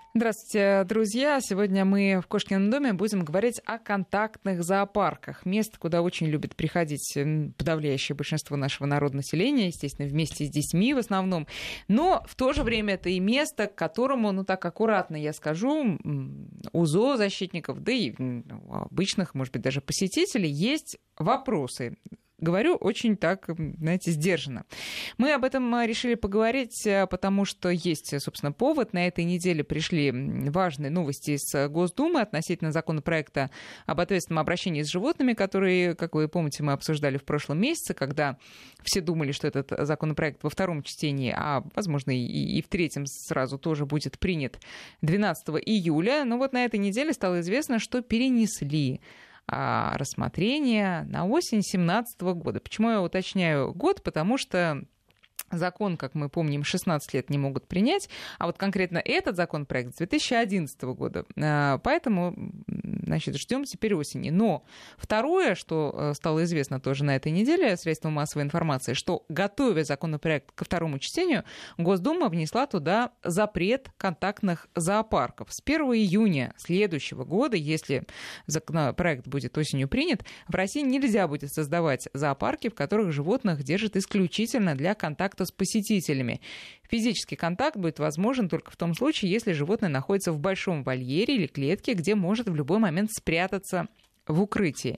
Здравствуйте, друзья. Сегодня мы в Кошкином доме будем говорить о контактных зоопарках. Место, куда очень любит приходить подавляющее большинство нашего народонаселения, естественно, вместе с детьми в основном. Но в то же время это и место, к которому, так аккуратно я скажу, у зоозащитников, да и у обычных, может быть, даже посетителей есть вопросы. Говорю очень так, знаете, сдержанно. Мы об этом решили поговорить, потому что есть, собственно, повод. На этой неделе пришли важные новости из Госдумы относительно законопроекта об ответственном обращении с животными, который, как вы помните, мы обсуждали в прошлом месяце, когда все думали, что этот законопроект во втором чтении, а, возможно, и в третьем сразу тоже будет принят 12 июля. Но вот на этой неделе стало известно, что перенесли рассмотрение на осень 2017 года. Почему я уточняю год? Потому что закон, как мы помним, 16 лет не могут принять, а вот конкретно этот законопроект с 2011 года. Поэтому, значит, ждем теперь осени. Но второе, что стало известно тоже на этой неделе средством массовой информации, что, готовя законопроект ко второму чтению, Госдума внесла туда запрет контактных зоопарков. С 1 июня следующего года, если законопроект будет осенью принят, в России нельзя будет создавать зоопарки, в которых животных держат исключительно для контакта с посетителями. Физический контакт будет возможен только в том случае, если животное находится в большом вольере или клетке, где может в любой момент спрятаться в укрытии.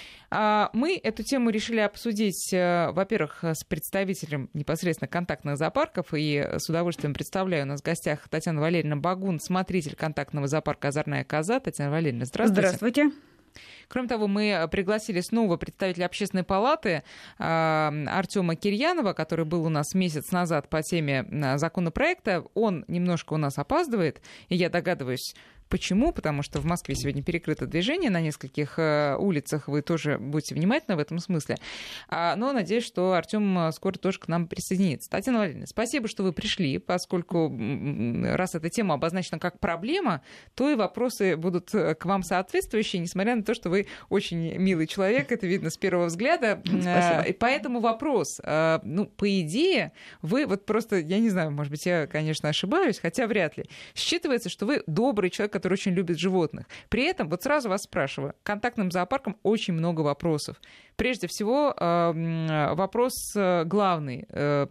Мы эту тему решили обсудить, во-первых, с представителем непосредственно контактных зоопарков, и с удовольствием представляю, у нас в гостях Татьяна Валерьевна Багун, смотритель контактного зоопарка «Озорная коза». Татьяна Валерьевна, здравствуйте. Здравствуйте. Кроме того, мы пригласили снова представителя Общественной палаты Артема Кирьянова, который был у нас месяц назад по теме законопроекта. Он немножко у нас опаздывает, и я догадываюсь, почему? Потому что в Москве сегодня перекрыто движение на нескольких улицах. Вы тоже будьте внимательны в этом смысле. Но надеюсь, что Артём скоро тоже к нам присоединится. Татьяна Валерьевна, спасибо, что вы пришли, поскольку раз эта тема обозначена как проблема, то и вопросы будут к вам соответствующие, несмотря на то, что вы очень милый человек, это видно с первого взгляда. Спасибо. И поэтому вопрос. По идее, вы вот просто, я не знаю, может быть, я, конечно, ошибаюсь, хотя вряд ли. Считывается, что вы добрый человек, который очень любит животных. При этом, вот сразу вас спрашиваю, к контактным зоопаркам очень много вопросов. Прежде всего, вопрос главный.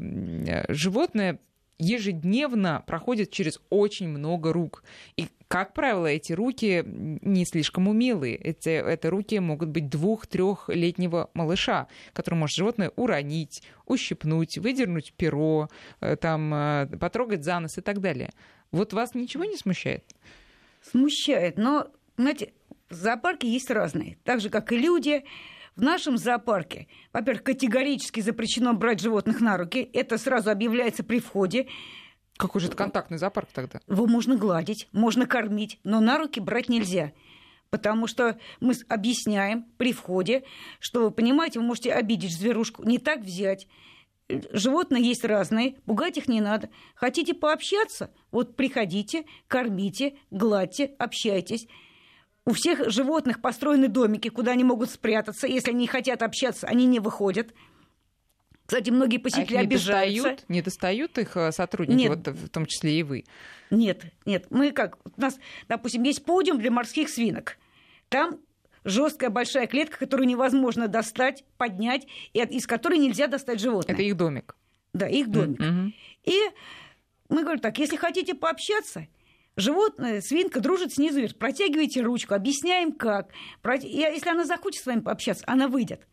Животное ежедневно проходит через очень много рук. И, как правило, эти руки не слишком умелые. Это руки могут быть 2-3-летнего малыша, который может животное уронить, ущипнуть, выдернуть перо, потрогать за нос и так далее. Вот вас ничего не смущает? Смущает, но, знаете, зоопарки есть разные. Так же, как и люди. В нашем зоопарке, во-первых, категорически запрещено брать животных на руки. Это сразу объявляется при входе. Какой же это контактный зоопарк тогда? Его можно гладить, можно кормить, но на руки брать нельзя. Потому что мы объясняем при входе, что, вы понимаете, вы можете обидеть зверушку, не так взять. Животные есть разные, пугать их не надо. Хотите пообщаться? Вот приходите, кормите, гладьте, общайтесь. У всех животных построены домики, куда они могут спрятаться. Если они не хотят общаться, они не выходят. Кстати, многие посетители обижаются. Не достают их сотрудники, Нет. вот, в том числе и вы? Нет. Мы как? У нас, допустим, есть подиум для морских свинок. Там жесткая большая клетка, которую невозможно достать, поднять, и из которой нельзя достать животное. Это их домик. Да, их домик. Mm-hmm. И мы говорим так, если хотите пообщаться, животное, свинка дружит снизу вверх, протягивайте ручку, объясняем как. Если она захочет с вами пообщаться, она выйдет.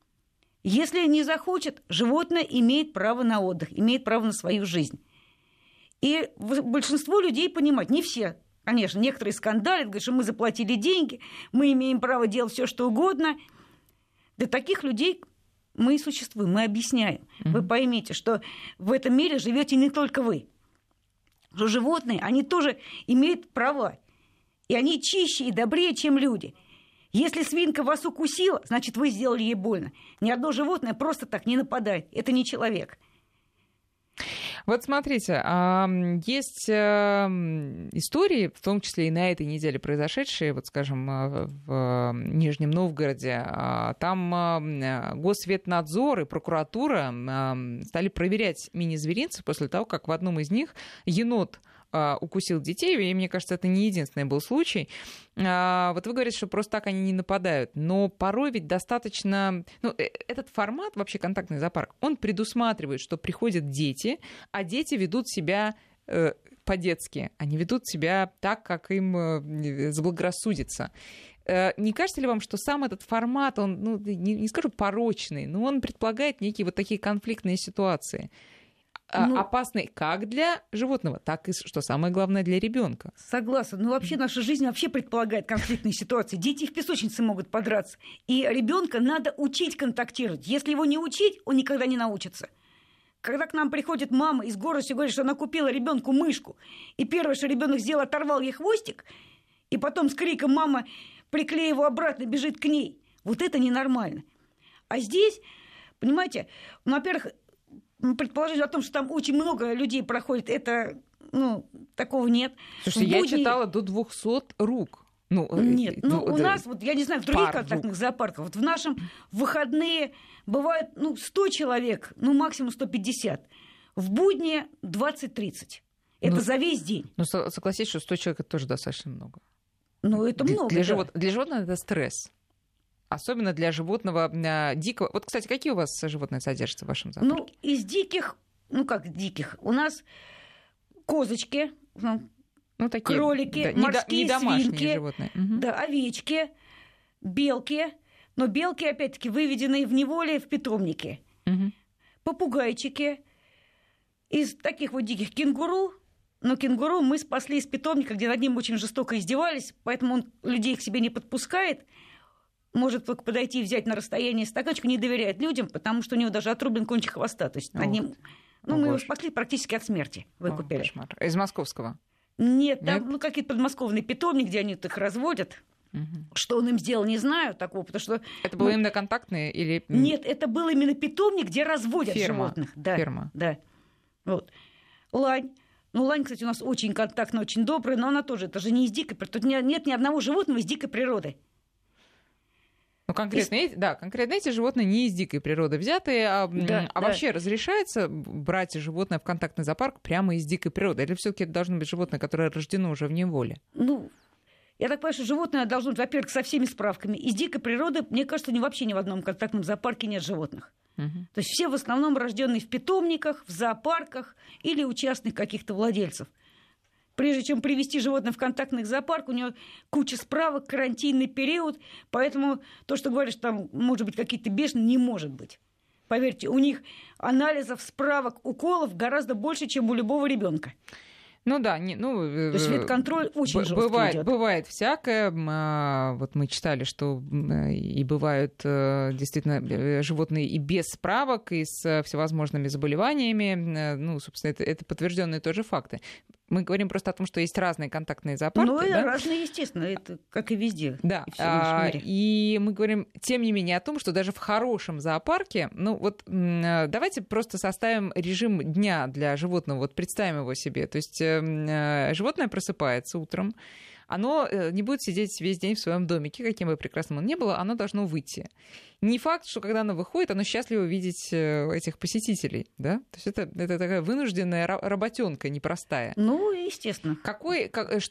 Если не захочет, животное имеет право на отдых, имеет право на свою жизнь. И большинство людей понимают, не все, конечно, некоторые скандалят, говорят, что мы заплатили деньги, мы имеем право делать все, что угодно. Для таких людей мы и существуем, мы объясняем. Вы поймите, что в этом мире живете не только вы. Что животные, они тоже имеют права. И они чище и добрее, чем люди. Если свинка вас укусила, значит, вы сделали ей больно. Ни одно животное просто так не нападает. Это не человек. Вот смотрите, есть истории, в том числе и на этой неделе произошедшие, вот, скажем, в Нижнем Новгороде. Там Госветнадзор и прокуратура стали проверять мини-зверинцы после того, как в одном из них енот укусил детей, и мне кажется, это не единственный был случай. Вот вы говорите, что просто так они не нападают, но порой ведь достаточно... Этот формат, вообще контактный зоопарк, он предусматривает, что приходят дети, а дети ведут себя по-детски. Они ведут себя так, как им заблагорассудится. Не кажется ли вам, что сам этот формат, он, не скажу порочный, но он предполагает некие вот такие конфликтные ситуации? Опасный как для животного, так и, что самое главное, для ребенка. Согласна. Вообще наша жизнь вообще предполагает конфликтные ситуации. Дети в песочнице могут подраться. И ребенка надо учить контактировать. Если его не учить, он никогда не научится. Когда к нам приходит мама из города и говорит, что она купила ребенку мышку, и первое, что ребенок сделал, оторвал ей хвостик, и потом с криком «мама, приклей его обратно», бежит к ней. Вот это ненормально. А здесь, понимаете, во-первых, предположение о том, что там очень много людей проходит, это, такого нет. Слушайте, я читала до 200 рук. Нет, у нас, я не знаю, в других контактных зоопарках, в нашем в выходные бывает 100 человек, максимум 150. В будни 20-30. Это за весь день. Согласитесь, что 100 человек это тоже достаточно много. Это много. Для животного это стресс. Особенно для животного дикого. Вот, кстати, какие у вас животные содержатся в вашем зоопарке? Из диких, диких, у нас козочки, такие, кролики, морские свинки, животные. Да, овечки, белки. Но белки, опять-таки, выведены в неволе в питомнике. Попугайчики. Из таких вот диких кенгуру. Но кенгуру мы спасли из питомника, где над ним очень жестоко издевались, поэтому он людей к себе не подпускает. Может только подойти и взять на расстоянии стаканчик, не доверяет людям, потому что у него даже отрублен кончик хвоста. То есть над ним... мы его спасли практически от смерти, выкупили. Кошмар. Из московского? Нет, там какие-то подмосковные питомники, где они их разводят. Что он им сделал, не знаю такого, потому что... Это было именно контактные или... Нет, это был именно питомник, где разводят животных. Да, ферма. Да. Вот. Лань. Лань, кстати, у нас очень контактная, очень добрая, но она тоже, это же не из дикой природы. Тут нет ни одного животного из дикой природы. Конкретно эти животные не из дикой природы взятые, вообще разрешается брать животное в контактный зоопарк прямо из дикой природы? Или все-таки это должно быть животное, которое рождено уже в неволе? Я так понимаю, что животное должно быть, во-первых, со всеми справками. Из дикой природы, мне кажется, вообще ни в одном контактном зоопарке нет животных. То есть все в основном рожденные в питомниках, в зоопарках или у частных каких-то владельцев. Прежде чем привести животное в контактный зоопарк, у него куча справок, карантинный период. Поэтому то, что говоришь, там может быть какие-то бешеные, не может быть. Поверьте, у них анализов, справок, уколов гораздо больше, чем у любого ребенка. То есть ветконтроль очень жесткий идет. Бывает всякое. Вот мы читали, что и бывают действительно животные и без справок, и с всевозможными заболеваниями. Собственно, это подтвержденные тоже факты. Мы говорим просто о том, что есть разные контактные зоопарки. Разные, естественно, это как и везде. Да, и мы говорим, тем не менее, о том, что даже в хорошем зоопарке, давайте просто составим режим дня для животного, представим его себе. То есть животное просыпается утром, оно не будет сидеть весь день в своем домике, каким бы прекрасным он ни был, оно должно выйти. Не факт, что когда оно выходит, оно счастливо видеть этих посетителей, да? То есть это такая вынужденная работенка непростая. Естественно. Какой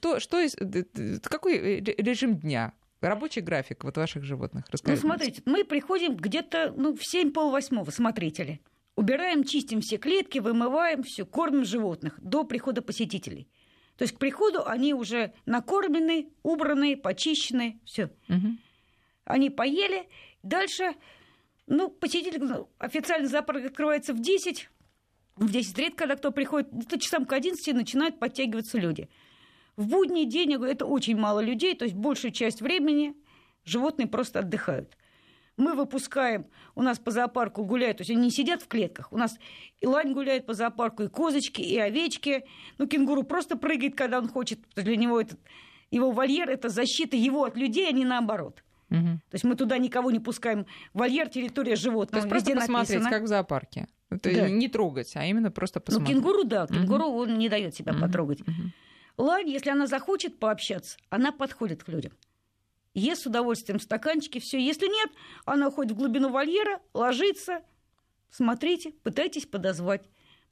режим дня? Рабочий график ваших животных? Расскажите. Смотрите, мы приходим где-то в 7-7:30 смотрители. Убираем, чистим все клетки, вымываем все, кормим животных до прихода посетителей. То есть к приходу они уже накормлены, убраны, почищены, все. Они поели. Дальше, посетитель, официально зоопарк открывается в 10. В 10 редко, когда кто приходит, где-то часам к 11 начинают подтягиваться люди. В будний день, я говорю, это очень мало людей, то есть большую часть времени животные просто отдыхают. Мы выпускаем, у нас по зоопарку гуляют, то есть они не сидят в клетках. У нас и лань гуляет по зоопарку, и козочки, и овечки. Кенгуру просто прыгает, когда он хочет. Для него его вольер – это защита его от людей, а не наоборот. То есть мы туда никого не пускаем. Вольер – территория животного. То есть просто посмотреть, как в зоопарке. Не трогать, а именно просто посмотреть. Кенгуру он не дает себя потрогать. Лань, если она захочет пообщаться, она подходит к людям. Ест с удовольствием стаканчики, все. Если нет, она уходит в глубину вольера, ложится. Смотрите, пытайтесь подозвать.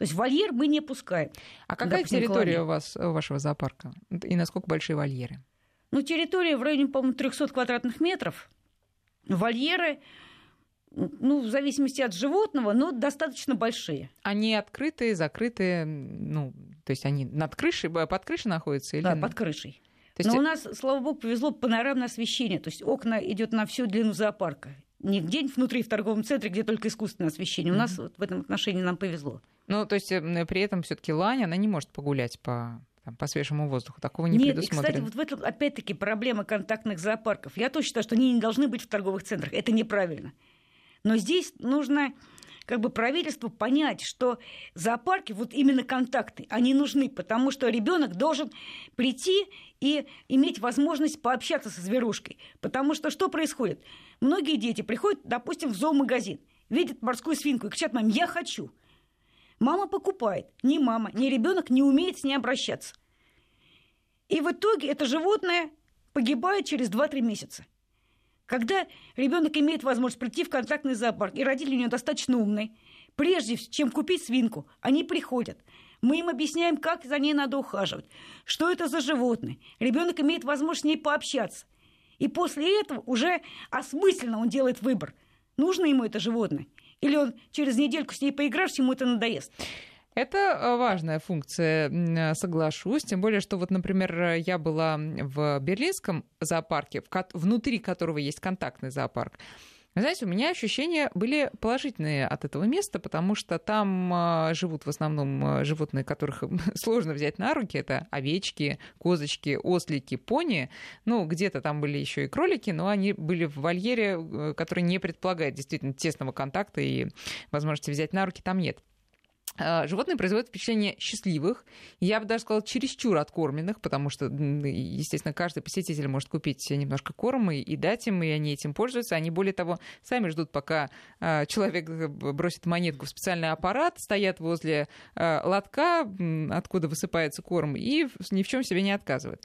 То есть вольер мы не пускаем. А какая территория у вашего зоопарка? И насколько большие вольеры? Ну, территория в районе, по-моему, 300 квадратных метров. Вольеры, ну, в зависимости от животного, но достаточно большие. Они открытые, закрытые, ну, то есть они над крышей, под крышей находятся? Или... Да, под крышей. То есть... Но у нас, слава богу, повезло панорамное освещение. То есть окна идет на всю длину зоопарка. Не где-нибудь внутри в торговом центре, где только искусственное освещение. У нас вот в этом отношении нам повезло. Ну, то есть при этом все-таки лань, она не может погулять по свежему воздуху. Такого не предусмотрено. Кстати, вот в этом опять-таки проблема контактных зоопарков. Я тоже считаю, что они не должны быть в торговых центрах. Это неправильно. Но здесь нужно как бы правительству понять, что зоопарки, вот именно контактные, они нужны, потому что ребенок должен прийти и иметь возможность пообщаться со зверушкой. Потому что что происходит? Многие дети приходят, допустим, в зоомагазин, видят морскую свинку и кричат: маме, я хочу. Мама покупает. Ни мама, ни ребенок не умеет с ней обращаться. И в итоге это животное погибает через 2-3 месяца. Когда ребенок имеет возможность прийти в контактный зоопарк, и родители у него достаточно умные, прежде чем купить свинку, они приходят. Мы им объясняем, как за ней надо ухаживать, что это за животное. Ребенок имеет возможность с ней пообщаться. И после этого уже осмысленно он делает выбор, нужно ему это животное. Или он через недельку с ней поигравшись, ему это надоест. Это важная функция, соглашусь. Тем более, что вот, например, я была в берлинском зоопарке, внутри которого есть контактный зоопарк. Вы знаете, у меня ощущения были положительные от этого места, потому что там живут в основном животные, которых сложно взять на руки. Это овечки, козочки, ослики, пони. Ну, где-то там были еще и кролики, но они были в вольере, который не предполагает действительно тесного контакта, и возможности взять на руки там нет. Животные производят впечатление счастливых, я бы даже сказала, чересчур откормленных, потому что, естественно, каждый посетитель может купить немножко корма и дать им, и они этим пользуются. Они, более того, сами ждут, пока человек бросит монетку в специальный аппарат, стоят возле лотка, откуда высыпается корм, и ни в чем себе не отказывают.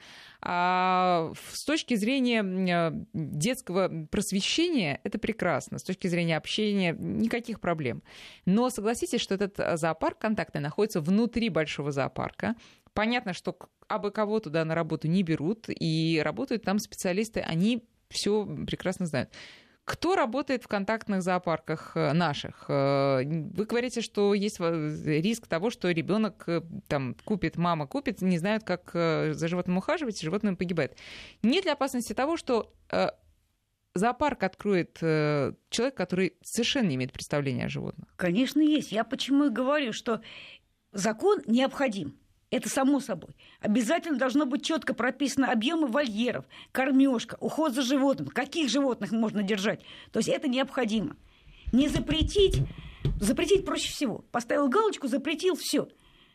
А с точки зрения детского просвещения это прекрасно, с точки зрения общения никаких проблем. Но согласитесь, что этот зоопарк контактный находится внутри большого зоопарка. Понятно, что абы кого туда на работу не берут, и работают там специалисты, они все прекрасно знают. Кто работает в контактных зоопарках наших? Вы говорите, что есть риск того, что ребенок там купит, мама купит, не знают, как за животным ухаживать, и животное погибает. Нет ли опасности того, что зоопарк откроет человек, который совершенно не имеет представления о животных? Конечно, есть. Я почему и говорю, что закон необходим. Это само собой. Обязательно должно быть четко прописано объемы вольеров, кормежка, уход за животным, каких животных можно держать. То есть это необходимо. Не запретить, запретить проще всего. Поставил галочку, запретил, все.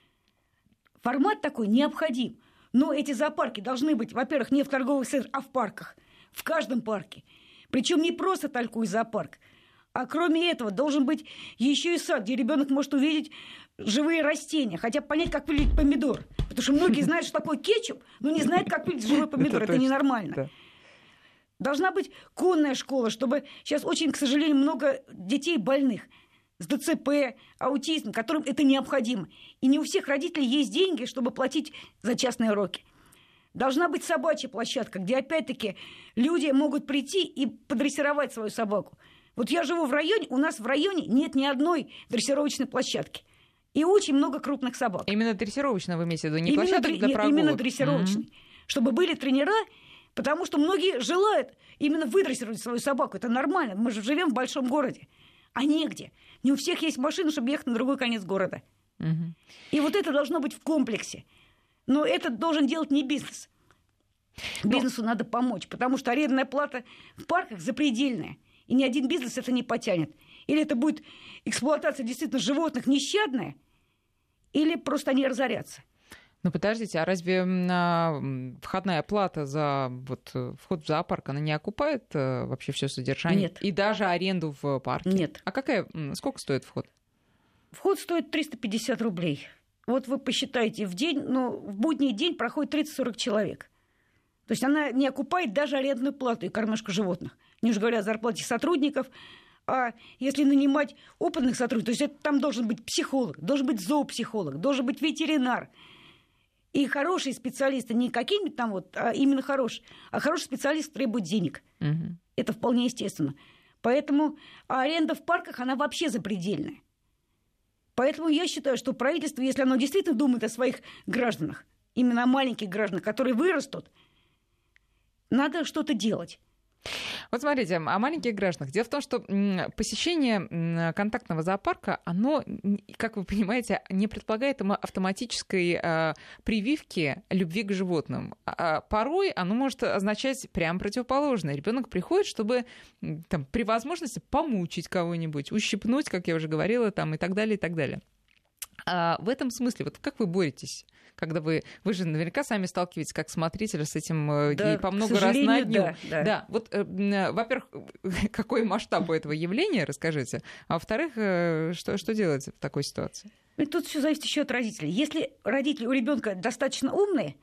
Формат такой необходим. Но эти зоопарки должны быть, во-первых, не в торговых центрах, а в парках. В каждом парке. Причем не просто Талькуй зоопарк. А кроме этого должен быть еще и сад, где ребенок может увидеть живые растения, хотя бы понять, как выглядит помидор. Потому что многие знают, что такое кетчуп, но не знают, как выглядит живой помидор. Это ненормально. Да. Должна быть конная школа, чтобы... Сейчас очень, к сожалению, много детей больных с ДЦП, аутизм, которым это необходимо. И не у всех родителей есть деньги, чтобы платить за частные уроки. Должна быть собачья площадка, где, опять-таки, люди могут прийти и подрессировать свою собаку. Вот я живу в районе, у нас в районе нет ни одной дрессировочной площадки. И очень много крупных собак. Именно дрессировочная вы имеете в виду, не площадок для прогулок? Именно дрессировочной. Чтобы были тренера, потому что многие желают именно выдрессировать свою собаку. Это нормально, мы же живем в большом городе. А негде. Не у всех есть машина, чтобы ехать на другой конец города. И вот это должно быть в комплексе. Но это должен делать не бизнес. Бизнесу надо помочь, потому что арендная плата в парках запредельная. И ни один бизнес это не потянет. Или это будет эксплуатация действительно животных нещадная, или просто они разорятся. Ну, подождите, а разве входная плата за вход в зоопарк, она не окупает вообще все содержание? Нет. И даже аренду в парке? Нет. А сколько стоит вход? Вход стоит 350 рублей. Вот вы посчитайте, в будний день проходит 30-40 человек. То есть она не окупает даже арендную плату и кормежку животных. Не уж говоря о зарплате сотрудников, А если нанимать опытных сотрудников, то есть это, там должен быть психолог, должен быть зоопсихолог, должен быть ветеринар. И хорошие специалисты, не какие-нибудь там вот, а именно хорошие. А хороший специалист требует денег. Угу. Это вполне естественно. Поэтому аренда в парках, она вообще запредельная. Поэтому я считаю, что правительство, если оно действительно думает о своих гражданах, именно о маленьких гражданах, которые вырастут, надо что-то делать. Вот смотрите, о маленьких гражданах. Дело в том, что посещение контактного зоопарка, оно, как вы понимаете, не предполагает автоматической прививки любви к животным. Порой оно может означать прямо противоположное. Ребенок приходит, чтобы там, при возможности помучить кого-нибудь, ущипнуть, как я уже говорила, там, и так далее, и так далее. В этом смысле, вот как вы боретесь, когда вы же наверняка сами сталкиваетесь как смотритель с этим, да, и по много раз на дню. Да. Вот, во-первых, какой масштаб у этого явления, расскажите, а во-вторых, что делать в такой ситуации? И тут все зависит еще от родителей. Если родители у ребенка достаточно умные,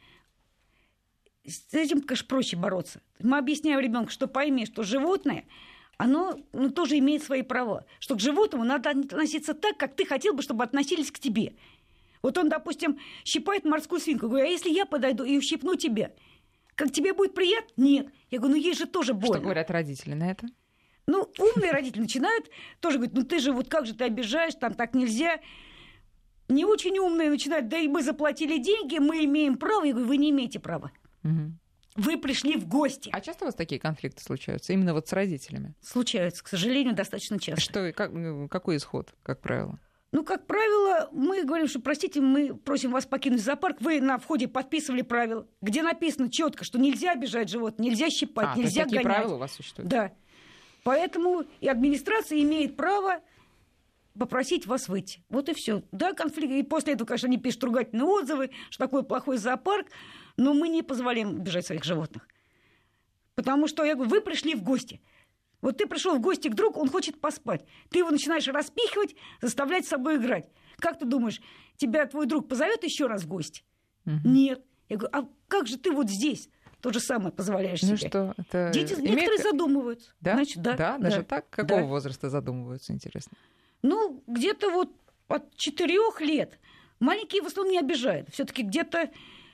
с этим, конечно, проще бороться. Мы объясняем ребенку, что пойми, что животное, оно тоже имеет свои права. Что к животному надо относиться так, как ты хотел бы, чтобы относились к тебе. Вот он, допустим, щипает морскую свинку. Я говорю, а если я подойду и ущипну тебя, как тебе будет приятно? Нет. Я говорю, ей же тоже больно. Что говорят родители на это? Умные родители начинают тоже говорить, ты же, вот как же ты обижаешь, там так нельзя. Не очень умные начинают, да и мы заплатили деньги, мы имеем право. Я говорю, вы не имеете права. Угу. Вы пришли в гости. А часто у вас такие конфликты случаются? Именно вот с родителями? Случаются, к сожалению, достаточно часто. Какой исход, как правило? Как правило, мы говорим, что, простите, мы просим вас покинуть зоопарк. Вы на входе подписывали правила, где написано четко, что нельзя обижать животных, нельзя щипать, нельзя гонять. Такие правила у вас существуют? Да. Поэтому и администрация имеет право попросить вас выйти. Вот и все. Да, конфликт. И после этого, конечно, они пишут ругательные отзывы, что такой плохой зоопарк. Но мы не позволяем обижать своих животных. Потому что, я говорю, вы пришли в гости. Вот ты пришел в гости к другу, он хочет поспать. Ты его начинаешь распихивать, заставлять с собой играть. Как ты думаешь, тебя твой друг позовет еще раз в гости? Угу. Нет. Я говорю, а как же ты вот здесь то же самое позволяешь себе? Что, это дети некоторые задумываются. Да? Значит, да, даже так? Какого возраста задумываются, интересно? Где-то вот от 4 лет. Маленькие в основном не обижают. Все-таки где-то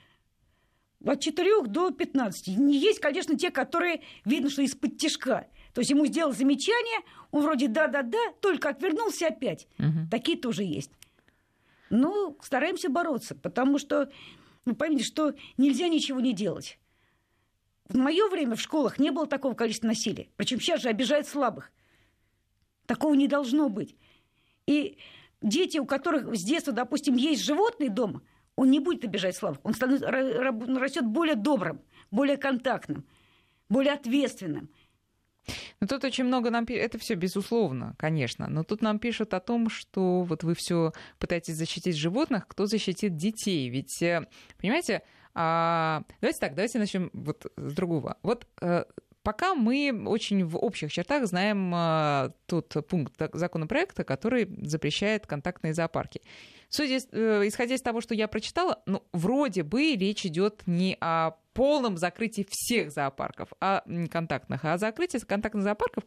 от 4 до 15. Есть, конечно, те, которые видно, что из-под тишка. То есть ему сделал замечание, он вроде да-да-да, только отвернулся опять. Угу. Такие тоже есть. Стараемся бороться, потому что, поймите, что нельзя ничего не делать. В мое время в школах не было такого количества насилия. Причем сейчас же обижают слабых. Такого не должно быть. И дети, у которых с детства, допустим, есть животные дома, он не будет обижать слабых. Он растет более добрым, более контактным, более ответственным. Тут очень много нам пишут, это все безусловно, конечно, но тут нам пишут о том, что вот вы все пытаетесь защитить животных, кто защитит детей? Ведь, понимаете, давайте начнем вот с другого. Вот пока мы очень в общих чертах знаем тот пункт законопроекта, который запрещает контактные зоопарки. Исходя из того, что я прочитала, вроде бы речь идет не о полном закрытии всех зоопарков, контактных, а о закрытии контактных зоопарков,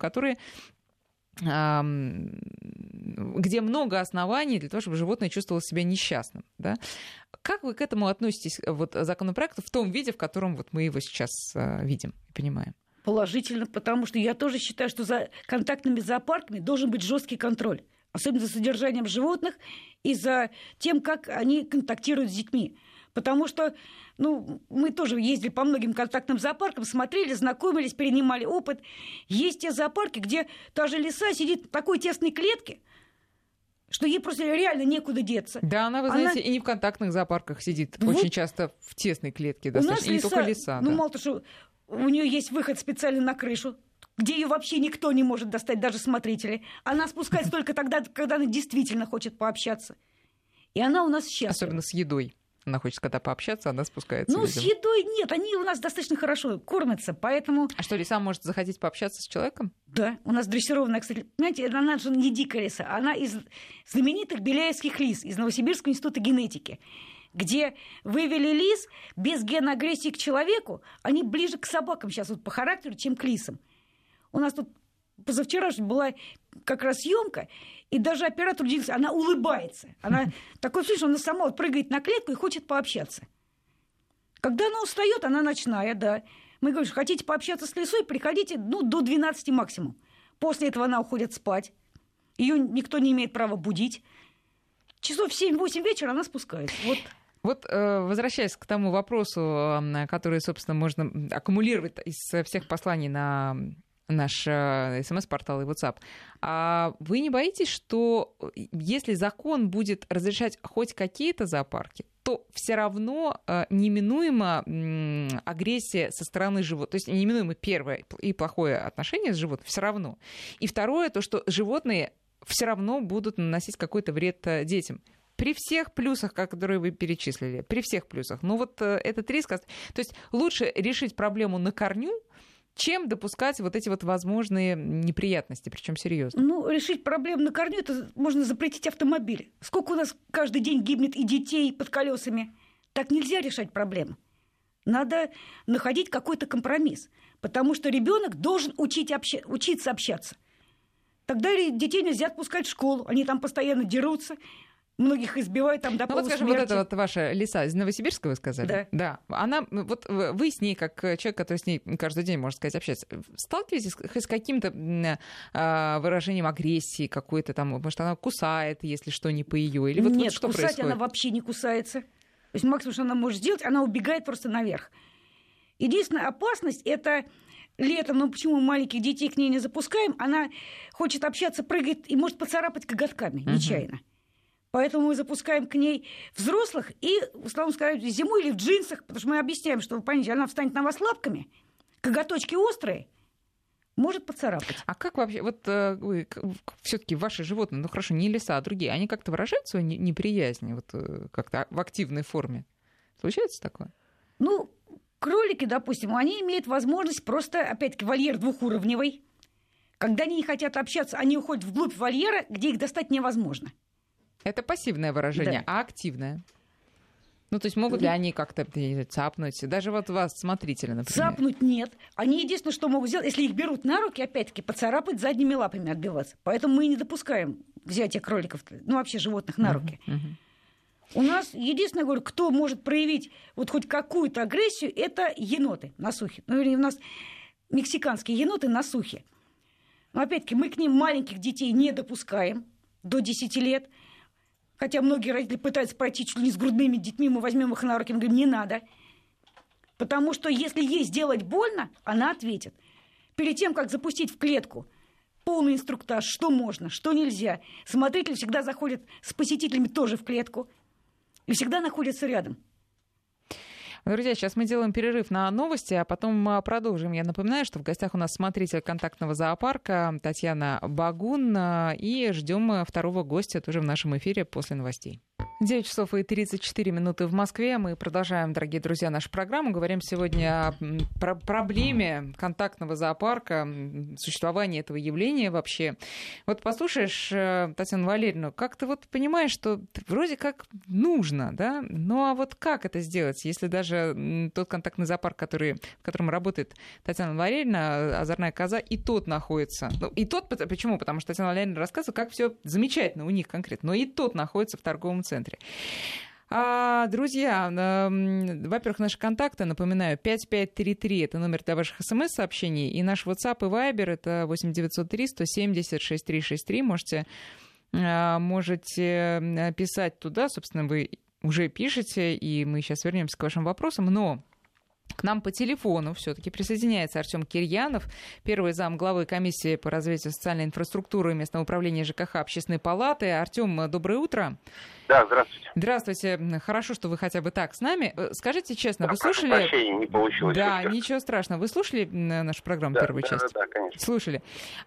где много оснований для того, чтобы животное чувствовало себя несчастным. Да? Как вы к этому относитесь, законопроекту в том виде, в котором мы его сейчас видим и понимаем? Положительно, потому что я тоже считаю, что за контактными зоопарками должен быть жесткий контроль. Особенно за содержанием животных и за тем, как они контактируют с детьми. Потому что мы тоже ездили по многим контактным зоопаркам, смотрели, знакомились, перенимали опыт. Есть те зоопарки, где та же лиса сидит в такой тесной клетке, что ей просто реально некуда деться. Да, вы знаете, и не в контактных зоопарках сидит, очень часто в тесной клетке достаточно, и не только лиса. Мало того, что у нее есть выход специально на крышу, где ее вообще никто не может достать, даже смотрители. Она спускается только тогда, когда она действительно хочет пообщаться. И она у нас счастлива. Особенно с едой. Она хочет, когда пообщаться, она спускается. С едой нет, они у нас достаточно хорошо кормятся, поэтому... А что, лиса может захотеть пообщаться с человеком? Да, у нас дрессированная, кстати. Понимаете, она же не дикая лиса, она из знаменитых беляевских лис, из Новосибирского института генетики, где вывели лис без гена агрессии к человеку, они ближе к собакам сейчас по характеру, чем к лисам. У нас тут позавчера была как раз съемка, и даже оператор удивился, она улыбается. Она такое чувство, что она сама вот прыгает на клетку и хочет пообщаться. Когда она устает, она ночная, да. Мы говорим, что хотите пообщаться с лисой, приходите до 12 максимум. После этого она уходит спать. Ее никто не имеет права будить. Часов в 7-8 вечера она спускается. Вот, возвращаясь к тому вопросу, который, собственно, можно аккумулировать из всех посланий на наш СМС-портал и WhatsApp. А вы не боитесь, что если закон будет разрешать хоть какие-то зоопарки, то все равно неминуемо агрессия со стороны животных, то есть неминуемо первое и плохое отношение с животным все равно. И второе, то, что животные все равно будут наносить какой-то вред детям. При всех плюсах, которые вы перечислили, при всех плюсах. Но вот этот риск... То есть лучше решить проблему на корню, чем допускать вот эти вот возможные неприятности, причем серьезно. Решить проблему на корню, это можно запретить автомобили. Сколько у нас каждый день гибнет и детей под колесами. Так нельзя решать проблему. Надо находить какой-то компромисс. Потому что ребенок должен учиться общаться. Тогда детей нельзя отпускать в школу. Они там постоянно дерутся. Многих избивают там до полусмерти. Вот скажем, вот эта вот ваша лиса из Новосибирска, вы сказали? Да. Она, вот вы с ней, как человек, который с ней каждый день, можно сказать, общается, сталкиваетесь с каким-то выражением агрессии какой-то там, может, она кусает, если что, не по ее? Или Нет, что кусать происходит? она вообще не кусается. То есть максимум, что она может сделать, она убегает просто наверх. Единственная опасность – это летом, почему маленьких детей к ней не запускаем, она хочет общаться, прыгает и может поцарапать коготками нечаянно. Поэтому мы запускаем к ней взрослых и, условно сказать, зимой или в джинсах, потому что мы объясняем, что, понимаете, она встанет на вас лапками, коготочки острые, может поцарапать. А как вообще, вот все-таки ваши животные, хорошо, не лиса, а другие, они как-то выражают свою неприязнь вот, как-то в активной форме? Случается такое? Кролики, допустим, они имеют возможность просто, опять-таки, вольер двухуровневый. Когда они не хотят общаться, они уходят вглубь вольера, где их достать невозможно. Это пассивное выражение, да. А активное? То есть могут ли они как-то цапнуть? Даже вот вас, смотрители, например. Цапнуть нет. Они единственное, что могут сделать, если их берут на руки, опять-таки, поцарапать задними лапами, отбиваться. Поэтому мы не допускаем взятия кроликов, вообще животных на руки. У нас единственное, говорю, кто может проявить вот хоть какую-то агрессию, это еноты на сухе. У нас мексиканские еноты на сухе. Но опять-таки мы к ним маленьких детей не допускаем до 10 лет. Хотя многие родители пытаются пройти чуть ли не с грудными детьми, мы возьмем их на руки, мы говорим, не надо. Потому что если ей сделать больно, она ответит. Перед тем, как запустить в клетку, полный инструктаж, что можно, что нельзя. Смотритель всегда заходит с посетителями тоже в клетку и всегда находится рядом. Друзья, сейчас мы делаем перерыв на новости, а потом продолжим. Я напоминаю, что в гостях у нас смотритель контактного зоопарка Татьяна Багун. И ждем второго гостя тоже в нашем эфире после новостей. 9 часов и 34 минуты в Москве. Мы продолжаем, дорогие друзья, нашу программу. Говорим сегодня о проблеме контактного зоопарка, существовании этого явления вообще. Вот послушаешь Татьяну Валерьевну, как ты вот понимаешь, что вроде как нужно, да? Ну а вот как это сделать, если даже тот контактный зоопарк, в котором работает Татьяна Валерьевна, озорная коза, и тот находится. И тот, почему? Потому что Татьяна Валерьевна рассказывает, как все замечательно у них конкретно. Но и тот находится в торговом центре. Друзья, во-первых, наши контакты, напоминаю, 5533 — это номер для ваших смс-сообщений, и наш WhatsApp и Viber — это 8903-170-6363. Можете писать туда, собственно, вы уже пишете, и мы сейчас вернемся к вашим вопросам, но к нам по телефону все-таки присоединяется Артем Кирьянов, первый зам главы комиссии по развитию социальной инфраструктуры местного управления ЖКХ Общественной палаты. Артем, доброе утро. Да, здравствуйте. Здравствуйте. Хорошо, что вы хотя бы так с нами. Скажите честно, да, вы слушали... Прощения, не получилось. Да, ничего страшного. Вы слушали нашу программу, первую часть? Да, конечно. Слушали.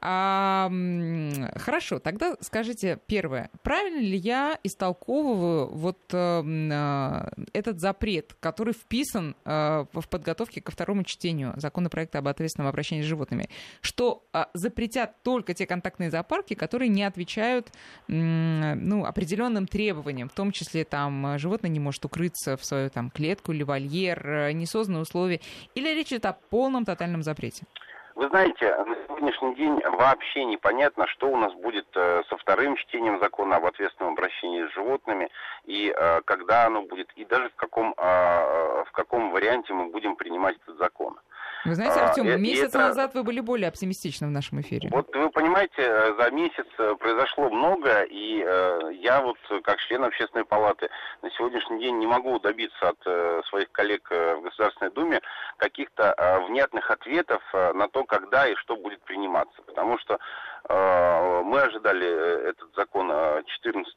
Хорошо, тогда скажите первое. Правильно ли я истолковываю вот этот запрет, который вписан в подготовке ко второму чтению законопроекта об ответственном обращении с животными, что запретят только те контактные зоопарки, которые не отвечают определенным требованиям, в том числе там животное не может укрыться в свою там клетку или вольер, не созданы условия, или речь идет о полном тотальном запрете? Вы знаете, на сегодняшний день вообще непонятно, что у нас будет со вторым чтением закона об ответственном обращении с животными, и когда оно будет, и даже в каком варианте мы будем принимать этот закон. Вы знаете, Артем, месяц назад вы были более оптимистичны в нашем эфире. Вот вы понимаете, за месяц произошло много, и я вот как член Общественной палаты на сегодняшний день не могу добиться от своих коллег в Государственной Думе каких-то внятных ответов на то, когда и что будет приниматься. Потому что мы ожидали этот закон 14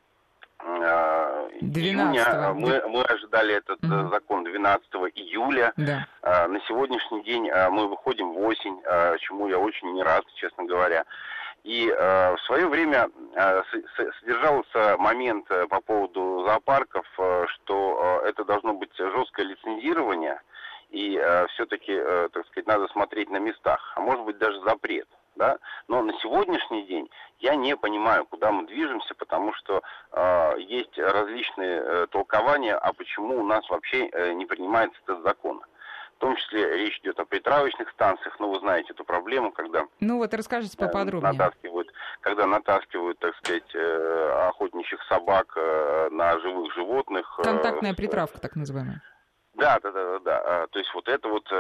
июня, мы ожидали этот закон 12 июля. Да. На сегодняшний день мы выходим в осень, чему я очень не рад, честно говоря. И в свое время содержался момент по поводу зоопарков, что это должно быть жесткое лицензирование, и все-таки, так сказать, надо смотреть на местах, а может быть даже запрет. Да? Но на сегодняшний день я не понимаю, куда мы движемся, потому что есть различные толкования, а почему у нас вообще не принимается этот закон. В том числе речь идет о притравочных станциях, но вы знаете эту проблему, когда... Ну вот расскажите поподробнее. Натаскивают, так сказать, охотничьих собак на живых животных. Контактная притравка, так называемая. Да. То есть вот это вот...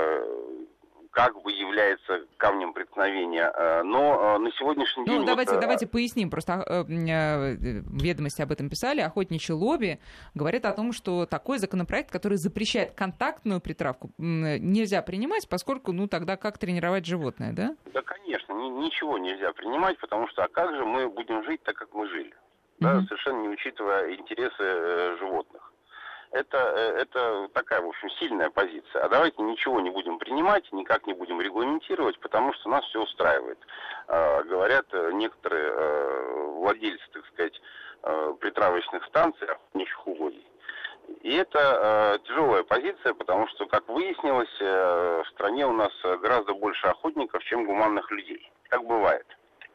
как бы является камнем преткновения. Но на сегодняшний день... Ну, давайте поясним. Просто ведомости об этом писали. Охотничье лобби говорит о том, что такой законопроект, который запрещает контактную притравку, нельзя принимать, поскольку, тогда как тренировать животное, да? Да, конечно. Ничего нельзя принимать, потому что, а как же мы будем жить так, как мы жили? Да, совершенно не учитывая интересы животных. Это такая, в общем, сильная позиция. А давайте ничего не будем принимать, никак не будем регламентировать, потому что нас все устраивает. Говорят некоторые владельцы, так сказать, притравочных станций, охотничьих угодий. И это тяжелая позиция, потому что, как выяснилось, в стране у нас гораздо больше охотников, чем гуманных людей. Так бывает.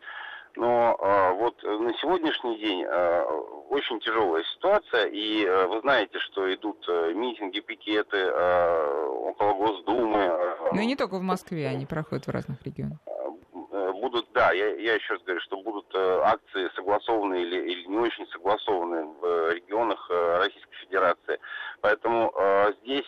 Но вот на сегодняшний день очень тяжелая ситуация, и вы знаете, что идут митинги, пикеты около Госдумы. Ну и не только в Москве, они проходят в разных регионах. Будут, да, я еще раз говорю, что будут акции согласованные или не очень согласованные в регионах Российской Федерации. Поэтому здесь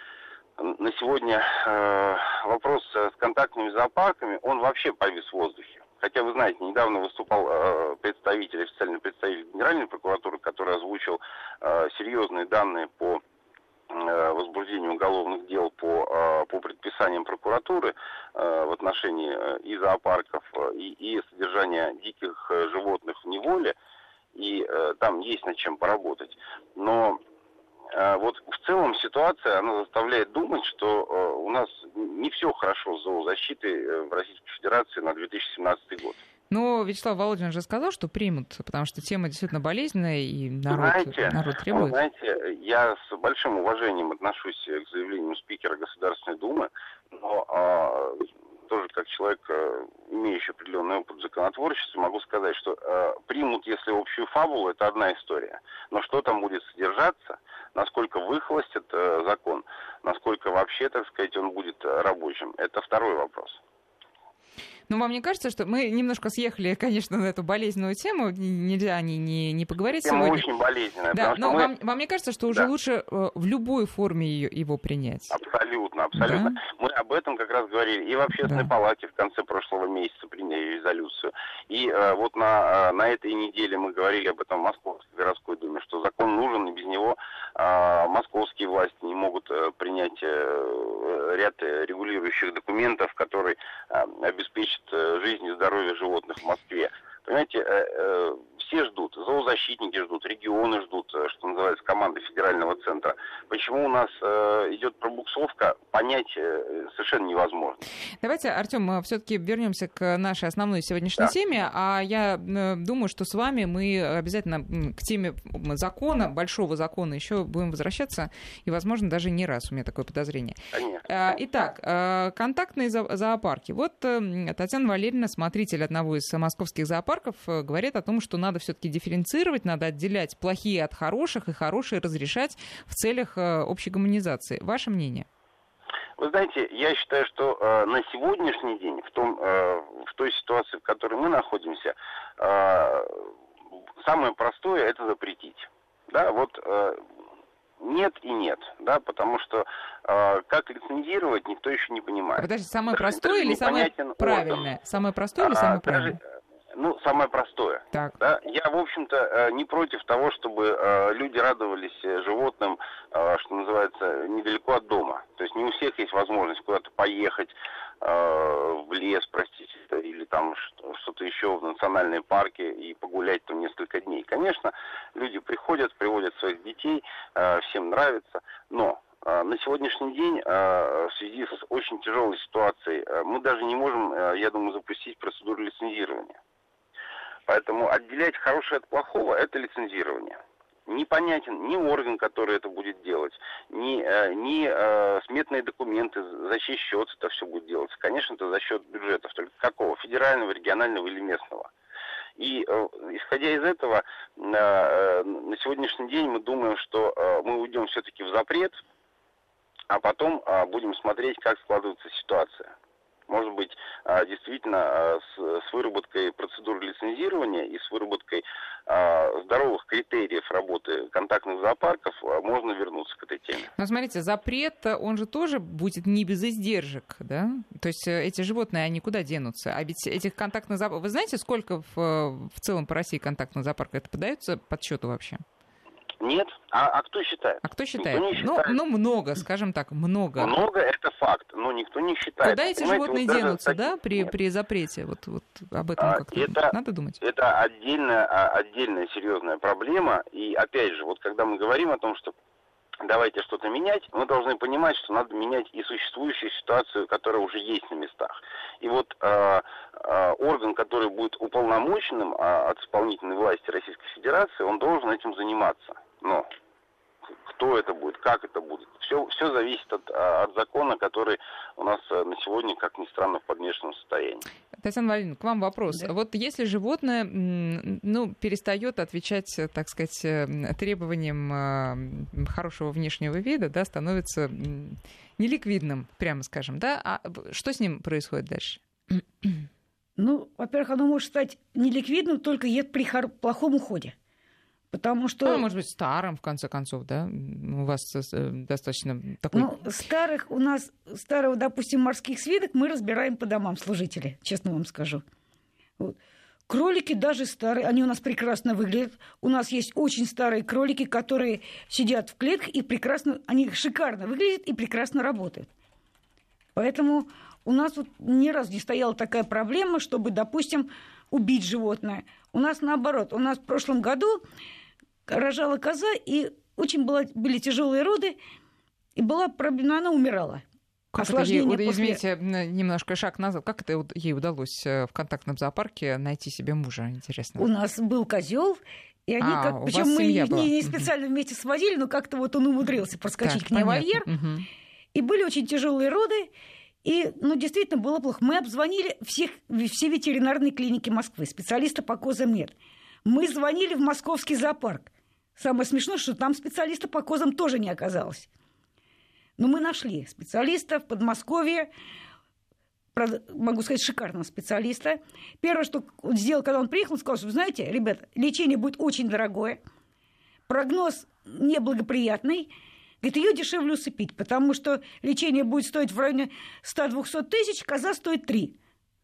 на сегодня вопрос с контактными зоопарками, он вообще повис в воздухе. Хотя, вы знаете, недавно выступал официальный представитель Генеральной прокуратуры, который озвучил серьезные данные по возбуждению уголовных дел по предписаниям прокуратуры в отношении и зоопарков, и содержания диких животных в неволе. И там есть над чем поработать. Но вот в целом ситуация, она заставляет думать, что у нас не все хорошо с зоозащитой в Российской Федерации на 2017 год. Но Вячеслав Володин же сказал, что примут, потому что тема действительно болезненная, и народ требует. Знаете, я с большим уважением отношусь к заявлению спикера Государственной Думы, но тоже как человек, имеющий определенный опыт законотворчества, могу сказать, что примут, если общую фабулу, это одна история. Но что там будет содержаться, насколько выхолостит закон, насколько вообще, так сказать, он будет рабочим, это второй вопрос. Ну, вам не кажется, что мы немножко съехали, конечно, на эту болезненную тему, нельзя о ней не поговорить тема сегодня. Очень болезненная. Да, но вам не кажется, что уже лучше в любой форме его принять? Абсолютно. Да? Мы об этом как раз говорили и в Общественной палате в конце прошлого месяца приняли резолюцию. И вот на этой неделе мы говорили об этом в Московской городской думе, что закон нужен, и без него московские власти не могут принять ряд регулирующих документов, которые обеспечат жизнь и здоровье животных в Москве. Понимаете, все ждут, зоозащитники ждут, регионы ждут, что называется, команды федерального центра. Почему у нас идет пробуксовка, понять совершенно невозможно. Давайте, Артем, мы все-таки вернемся к нашей основной сегодняшней теме, а я думаю, что с вами мы обязательно к теме закона, большого закона, еще будем возвращаться, и, возможно, даже не раз, у меня такое подозрение. Конечно. Итак, контактные зоопарки. Вот Татьяна Валерьевна, смотритель одного из московских зоопарков, говорит о том, что надо все-таки дифференцировать, надо отделять плохие от хороших и хорошие разрешать в целях общей гуманизации. Ваше мнение? Вы знаете, я считаю, что на сегодняшний день, в той ситуации, в которой мы находимся, самое простое – это запретить. Да, вот нет и нет, да, потому что как лицензировать, никто еще не понимает. Подожди, самое простое или самое правильное? Самое простое или самое правильное? Самое простое. Так. Да? Я, в общем-то, не против того, чтобы люди радовались животным, что называется, недалеко от дома. То есть не у всех есть возможность куда-то поехать в лес, простите, или там что-то еще в национальные парки и погулять там несколько дней. Конечно, люди приходят, приводят своих детей, всем нравится, но на сегодняшний день в связи с очень тяжелой ситуацией мы даже не можем, я думаю, запустить процедуру лицензирования. Поэтому отделять хорошее от плохого – это лицензирование. Непонятен ни орган, который это будет делать, ни сметные документы, за чей счет это все будет делаться. Конечно, это за счет бюджетов. Только какого? Федерального, регионального или местного. И исходя из этого, на сегодняшний день мы думаем, что мы уйдем все-таки в запрет, а потом будем смотреть, как складывается ситуация. Может быть, действительно, с выработкой процедуры лицензирования и с выработкой здоровых критериев работы контактных зоопарков можно вернуться к этой теме. Но смотрите, запрет, он же тоже будет не без издержек, да? То есть эти животные, они куда денутся? А ведь этих контактных зоопарков... Вы знаете, сколько в целом по России контактных зоопарков? Это подается подсчету вообще? Нет. А кто считает? А кто считает? Считает. Ну, много, скажем так, много. Много – это факт, но никто не считает. Куда эти животные денутся, да, при запрете? Вот об этом как-то надо думать? Это отдельная серьезная проблема. И опять же, вот когда мы говорим о том, что давайте что-то менять, мы должны понимать, что надо менять и существующую ситуацию, которая уже есть на местах. И вот орган, который будет уполномоченным от исполнительной власти Российской Федерации, он должен этим заниматься. Но кто это будет, как это будет, все зависит от закона, который у нас на сегодня, как ни странно, в подвешенном состоянии. Татьяна Валерьевна, к вам вопрос. Да. Вот если животное перестает отвечать, так сказать, требованиям хорошего внешнего вида, да, становится неликвидным, прямо скажем, да, а что с ним происходит дальше? Ну, во-первых, оно может стать неликвидным только при плохом уходе. Потому что... Ну, может быть, старым, в конце концов, да? У вас достаточно такой... Ну, старого, допустим, морских свинок мы разбираем по домам, служители, честно вам скажу. Вот. Кролики даже старые, они у нас прекрасно выглядят. У нас есть очень старые кролики, которые сидят в клетках и прекрасно... Они шикарно выглядят и прекрасно работают. Поэтому у нас вот ни разу не стояла такая проблема, чтобы, допустим, убить животное. У нас наоборот. У нас в прошлом году рожала коза, и очень были тяжелые роды, и была проблема, она умирала. Извините, немножко шаг назад. Как это ей удалось в контактном зоопарке найти себе мужа, интересно? У нас был козел, и они причем мы их не специально вместе сводили, но как-то вот он умудрился проскочить к ней в вольер. И были очень тяжелые роды. И, действительно, было плохо. Мы обзвонили все ветеринарные клиники Москвы, специалиста по козам нет. Мы звонили в московский зоопарк. Самое смешное, что там специалиста по козам тоже не оказалось. Но мы нашли специалиста в Подмосковье, могу сказать, шикарного специалиста. Первое, что он сделал, когда он приехал, он сказал, что, вы знаете, ребята, лечение будет очень дорогое, прогноз неблагоприятный. Говорит, ее дешевле усыпить, потому что лечение будет стоить в районе 100-200 тысяч, коза стоит 3.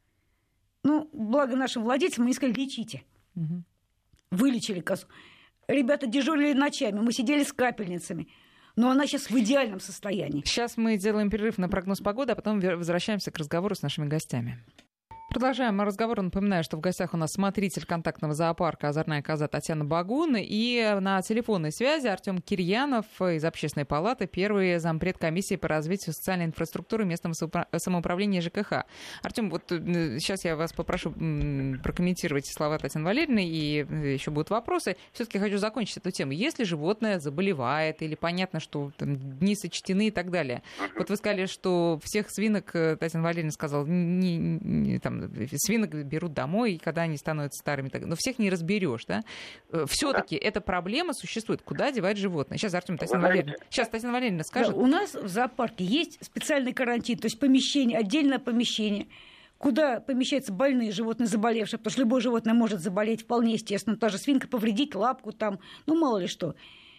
Благо нашим владельцам, мы сказали, лечите. Угу. Вылечили козу. Ребята дежурили ночами, мы сидели с капельницами. Но она сейчас в идеальном состоянии. Сейчас мы делаем перерыв на прогноз погоды, а потом возвращаемся к разговору с нашими гостями. Продолжаем разговор. Напоминаю, что в гостях у нас смотритель контактного зоопарка «Озорная коза» Татьяна Багун и на телефонной связи Артём Кирьянов из Общественной палаты, первый зампред комиссии по развитию социальной инфраструктуры местного самоуправления ЖКХ. Артём, вот сейчас я вас попрошу прокомментировать слова Татьяны Валерьевны, и еще будут вопросы. Все-таки хочу закончить эту тему. Если животное заболевает, или понятно, что там дни сочтены и так далее. Вот вы сказали, что всех свинок, Татьяна Валерьевна сказала, там, свинок берут домой, и когда они становятся старыми, но всех не разберешь, да? Все-таки эта проблема существует. Куда девать животное? Сейчас, Артем, Татьяна Валерьевна скажет. Да, у нас в зоопарке есть специальный карантин, то есть помещение, отдельное помещение, куда помещаются больные животные, заболевшие, потому что любое животное может заболеть вполне естественно, та же свинка повредить лапку там, мало ли что.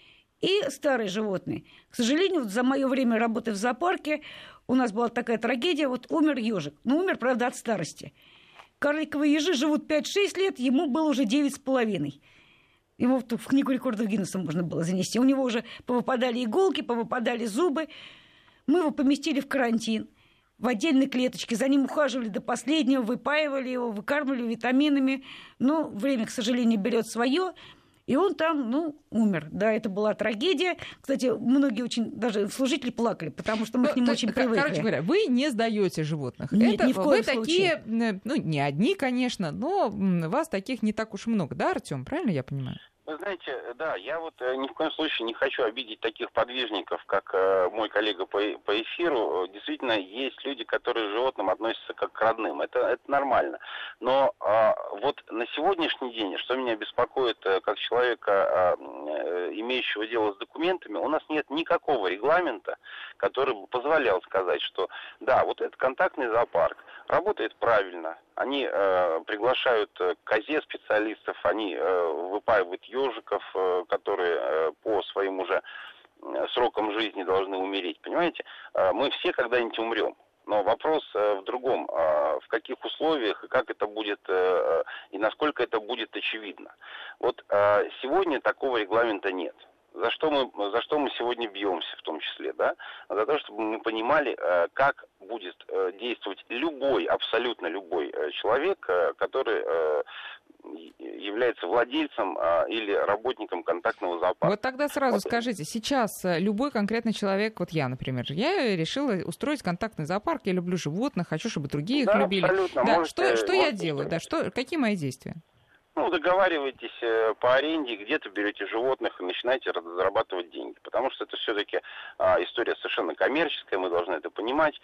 И старые животные. К сожалению, за мое время работы в зоопарке у нас была такая трагедия, умер ежик. Умер, правда, от старости. Карликовые ежи живут 5-6 лет, ему было уже 9,5. Его в книгу рекордов Гиннесса можно было занести. У него уже повыпадали иголки, повыпадали зубы. Мы его поместили в карантин, в отдельной клеточке. За ним ухаживали до последнего, выпаивали его, выкармливали витаминами. Но время, к сожалению, берет свое. И он там, умер. Да, это была трагедия. Кстати, многие очень, даже служители плакали, потому что мы к ним очень привыкли. Короче говоря, вы не сдаете животных. Нет, ни в коем вы случае. Такие, не одни, конечно, но вас таких не так уж много, да, Артем? Правильно я понимаю? Вы знаете, да, я ни в коем случае не хочу обидеть таких подвижников, как мой коллега по эфиру. Действительно, есть люди, которые к животным относятся как к родным. Это нормально. Но вот на сегодняшний день, что меня беспокоит как человека, имеющего дело с документами, у нас нет никакого регламента, который бы позволял сказать, что да, вот этот контактный зоопарк работает правильно. Они приглашают к козе специалистов, они выпаивают ежиков, которые по своим уже срокам жизни должны умереть. Понимаете? Мы все когда-нибудь умрем. Но вопрос в другом, в каких условиях и как это будет, и насколько это будет очевидно. Вот сегодня такого регламента нет. За что мы сегодня бьемся в том числе, да? За то, чтобы мы понимали, как будет действовать абсолютно любой человек, который является владельцем или работником контактного зоопарка. Вот тогда сразу скажите, сейчас любой конкретный человек, вот я, например, я решила устроить контактный зоопарк, я люблю животных, хочу, чтобы другие их любили. Да, что я делаю? Да, какие мои действия? Договариваетесь по аренде, где-то берете животных и начинаете зарабатывать деньги. Потому что это все-таки история совершенно коммерческая, мы должны это понимать.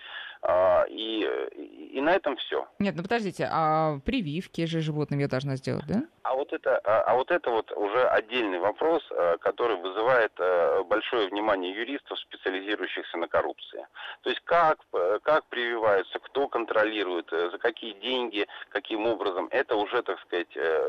И на этом все. Нет, подождите, а прививки же животным я должна сделать, да? А вот это уже отдельный вопрос, который вызывает большое внимание юристов, специализирующихся на коррупции. То есть как прививаются, кто контролирует, за какие деньги, каким образом, это уже, так сказать,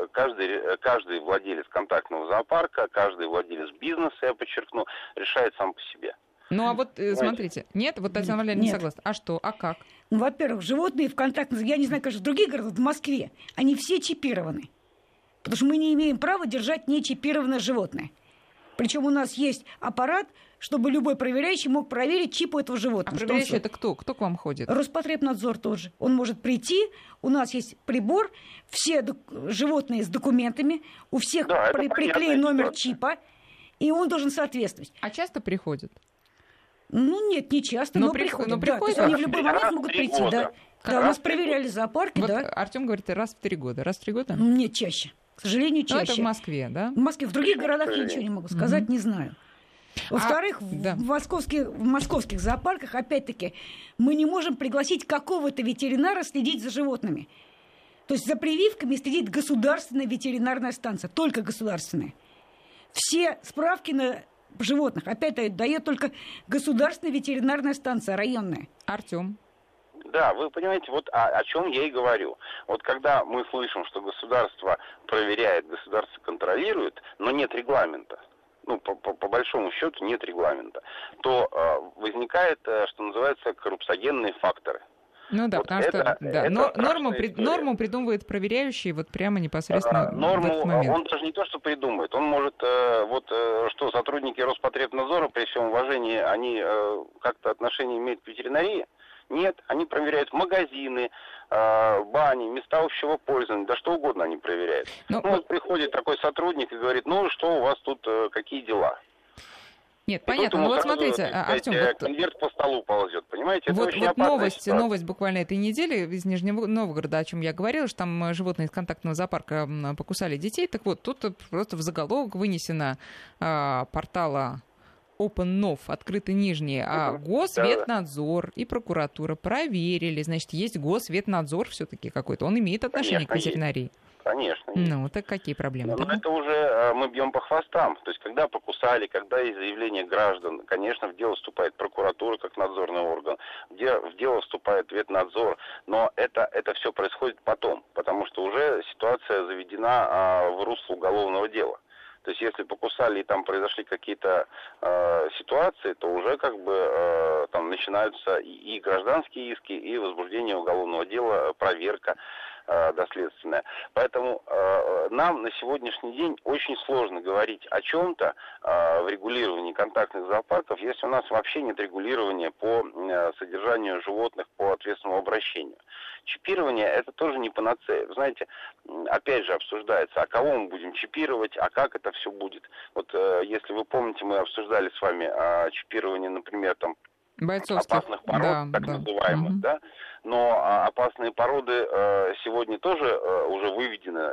каждый владелец контактного зоопарка, каждый владелец бизнеса, я подчеркну, решает сам по себе. Смотрите, нет, Татьяна Валерьевна не согласна. А что, а как? Во-первых, животные в контактном, я не знаю, конечно, в других городах, в Москве, они все чипированы. Потому что мы не имеем права держать нечипированное животное. Причем у нас есть аппарат, чтобы любой проверяющий мог проверить чип у этого животного. А проверяющий это кто? Кто к вам ходит? Роспотребнадзор тоже. Он может прийти, у нас есть прибор, все животные с документами, у всех приклеен номер чипа, и он должен соответствовать. А часто приходят? Нет, не часто, но приходят. Да, то есть они в любой момент могут прийти, да. Да, у нас проверяли зоопарки, да. Артем говорит, раз в 3 года. Раз в 3 года? Нет, чаще. К сожалению, чаще. Это в Москве, да? В Москве. В других городах я ничего не могу сказать, не знаю. Во-вторых, в московских зоопарках, опять-таки, мы не можем пригласить какого-то ветеринара следить за животными. То есть за прививками следит государственная ветеринарная станция, только государственная. Все справки на животных, опять дает только государственная ветеринарная станция, районная. Артем. Да, вы понимаете, вот о чем я и говорю. Вот когда мы слышим, что государство проверяет, государство контролирует, но нет регламента, по большому счету нет регламента, то возникает, что называется, коррупциогенные факторы. Потому что норму придумывает проверяющий прямо непосредственно в этот момент. Он даже не то, что придумывает, он может, что сотрудники Роспотребнадзора, при всем уважении, они как-то отношение имеют к ветеринарии? Нет, они проверяют магазины, бани, места общего пользования, да что угодно они проверяют. Приходит такой сотрудник и говорит, что у вас тут, какие дела? Нет, понятно. Смотрите, Артем, конверт по столу ползет, понимаете? Это очень новость буквально этой недели из Нижнего Новгорода, о чем я говорила, что там животные из контактного зоопарка покусали детей. Так вот, тут просто в заголовок вынесено портала open-nov, открыты нижние, а Госветнадзор и прокуратура проверили, значит, есть Госветнадзор все-таки какой-то, он имеет отношение к ветеринарии. Конечно. Ну, так какие проблемы? Но это уже мы бьем по хвостам. То есть, когда покусали, когда есть заявление граждан, конечно, в дело вступает прокуратура как надзорный орган, в дело вступает ветнадзор, но это все происходит потом, потому что уже ситуация заведена в русло уголовного дела. То есть, если покусали и там произошли какие-то ситуации, то уже как бы там начинаются и гражданские иски, и возбуждение уголовного дела, проверка доследственная. Поэтому нам на сегодняшний день очень сложно говорить о чем-то в регулировании контактных зоопарков, если у нас вообще нет регулирования по содержанию животных по ответственному обращению. Чипирование это тоже не панацея. Вы знаете, опять же обсуждается, а кого мы будем чипировать, а как это все будет. Вот если вы помните, мы обсуждали с вами чипирование, например, там опасных пород, так называемых, да. Но опасные породы сегодня тоже уже выведены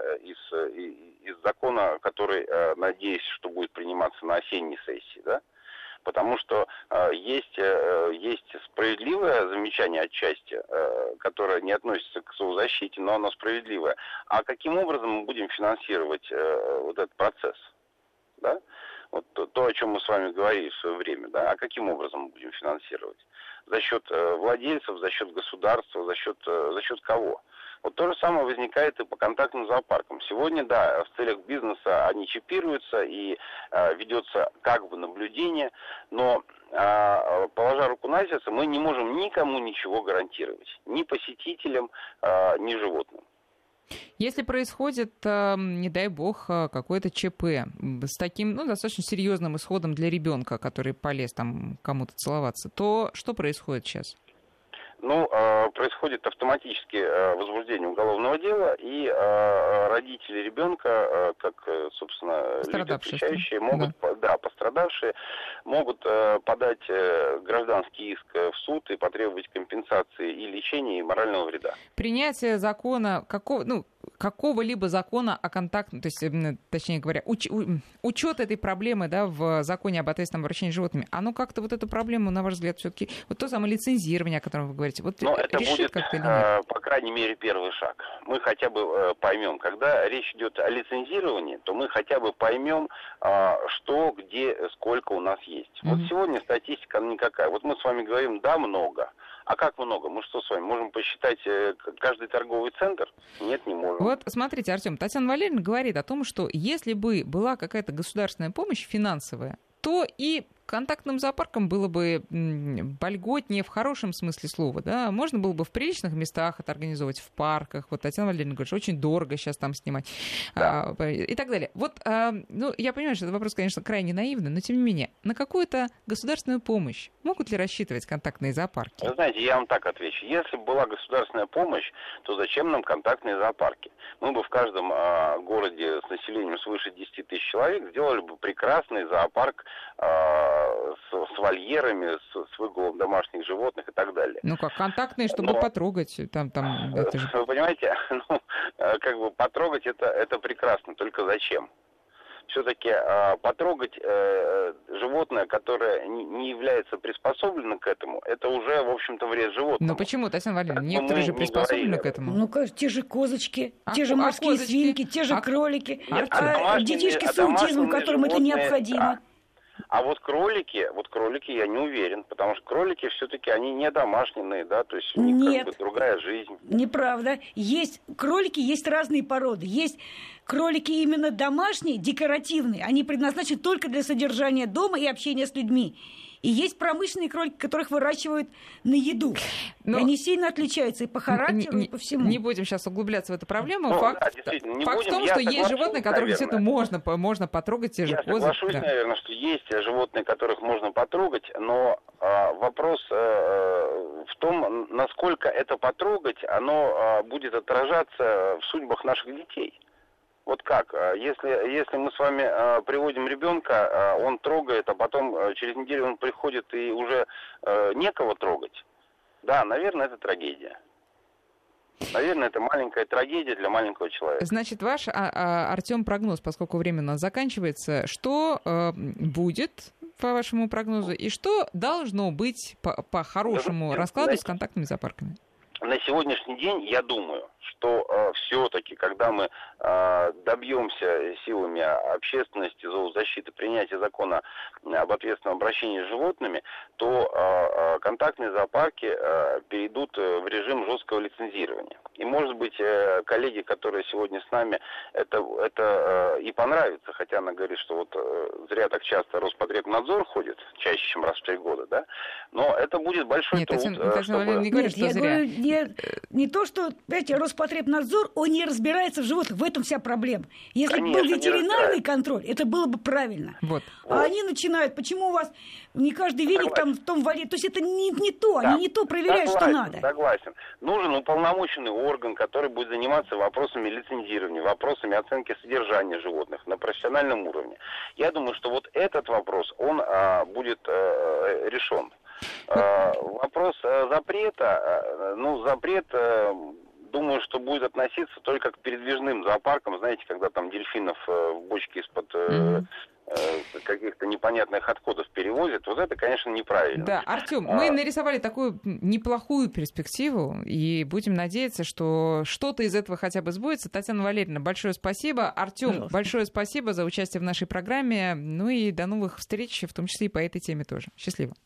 из закона, который, надеюсь, что будет приниматься на осенней сессии, да. Потому что есть справедливое замечание отчасти, которое не относится к зоозащите, но оно справедливое. А каким образом мы будем финансировать вот этот процесс, да? Вот то, о чем мы с вами говорили в свое время, да, а каким образом мы будем финансировать? За счет владельцев, за счет государства, за счет кого? Вот то же самое возникает и по контактным зоопаркам. Сегодня, да, в целях бизнеса они чипируются и ведется как бы наблюдение, но положа руку на сердце, мы не можем никому ничего гарантировать, ни посетителям, ни животным. Если происходит, не дай бог, какое-то ЧП с таким, достаточно серьезным исходом для ребенка, который полез там кому-то целоваться, то что происходит сейчас? Происходит автоматически возбуждение уголовного дела, и родители ребенка, как, собственно, люди, отвечающие, могут, пострадавшие, могут подать гражданский иск в суд и потребовать компенсации и лечения, и морального вреда. Принятие закона, какого-либо закона о контактном, то есть, точнее говоря, учет этой проблемы, да, в законе об ответственном обращении с животными, оно как-то вот эту проблему, на ваш взгляд, все-таки, вот то самое лицензирование, о котором вы говорите, вот это решит будет, как-то или нет? По крайней мере, первый шаг. Мы хотя бы поймем, когда речь идет о лицензировании, то мы хотя бы поймем, что, где, сколько у нас есть. Вот сегодня статистика никакая. Вот мы с вами говорим, да, много. А как много? Мы что с вами, можем посчитать каждый торговый центр? Нет, не можем. Вот смотрите, Артем, Татьяна Валерьевна говорит о том, что если бы была какая-то государственная помощь финансовая, то и контактным зоопаркам было бы вольготнее в хорошем смысле слова, да, можно было бы в приличных местах это организовать, в парках, вот Татьяна Валерьевна говорит, что очень дорого сейчас там снимать, да. И так далее. Вот, я понимаю, что этот вопрос, конечно, крайне наивный, но тем не менее, на какую-то государственную помощь могут ли рассчитывать контактные зоопарки? Вы знаете, я вам так отвечу. Если бы была государственная помощь, то зачем нам контактные зоопарки? Мы бы в каждом городе с населением свыше 10 тысяч человек сделали бы прекрасный зоопарк с вольерами, с выгулом домашних животных и так далее. Ну как, контактные, чтобы потрогать. Это же... Вы понимаете, потрогать это прекрасно, только зачем? Все-таки потрогать животное, которое не является приспособлено к этому, это уже, в общем-то, вред животному. Ну почему, Татьяна Валерьевна, некоторые же приспособлены к этому? Ну, конечно, те же козочки, те же морские свинки, те же кролики, детишки с аутизмом, которым это необходимо. А вот кролики я не уверен, потому что кролики все-таки они не домашние, да, то есть у них как бы другая жизнь. Неправда. Есть кролики, есть разные породы. Есть кролики именно домашние, декоративные. Они предназначены только для содержания дома и общения с людьми. И есть промышленные кролики, которых выращивают на еду. И они сильно отличаются и по характеру, и по всему. Не будем сейчас углубляться в эту проблему. Факт в том, что есть животные, которых действительно можно потрогать, те же козы. Я соглашусь, наверное, что есть животные, которых можно потрогать, но вопрос в том, насколько это потрогать, оно будет отражаться в судьбах наших детей. Вот как? Если мы с вами приводим ребенка, он трогает, а потом через неделю он приходит и уже некого трогать, да, наверное, это трагедия. Наверное, это маленькая трагедия для маленького человека. Значит, ваш, Артём, прогноз, поскольку время у нас заканчивается, что будет по вашему прогнозу, и что должно быть по хорошему раскладу с контактными зоопарками? На сегодняшний день, я думаю, что все-таки, когда мы добьемся силами общественности, зоозащиты, принятия закона об ответственном обращении с животными, то контактные зоопарки перейдут в режим жесткого лицензирования. И, может быть, коллеги, которые сегодня с нами, это и понравится, хотя она говорит, что вот зря так часто Роспотребнадзор ходит, чаще, чем раз в 3 года, да, но это будет большой труд. Татьяна Валерьевна не говорит, что зря. Не то, что, понимаете, Роспотребнадзор, он не разбирается в животных, в этом вся проблема. Если бы был ветеринарный контроль, это было бы правильно. Вот. А они начинают, почему у вас не каждый веник там в том вале, то есть это не то, да. Они не то проверяют, что надо. Согласен. Нужен уполномоченный орган, который будет заниматься вопросами лицензирования, вопросами оценки содержания животных на профессиональном уровне. Я думаю, что вот этот вопрос, он будет решен. Вопрос запрета, запрет, думаю, что будет относиться только к передвижным зоопаркам, знаете, когда там дельфинов в бочке из-под каких-то непонятных отходов перевозят, вот это, конечно, неправильно. Да, Артём, мы нарисовали такую неплохую перспективу, и будем надеяться, что что-то из этого хотя бы сбудется. Татьяна Валерьевна, большое спасибо. Артём, большое спасибо за участие в нашей программе. Ну и до новых встреч, в том числе и по этой теме тоже. Счастливо.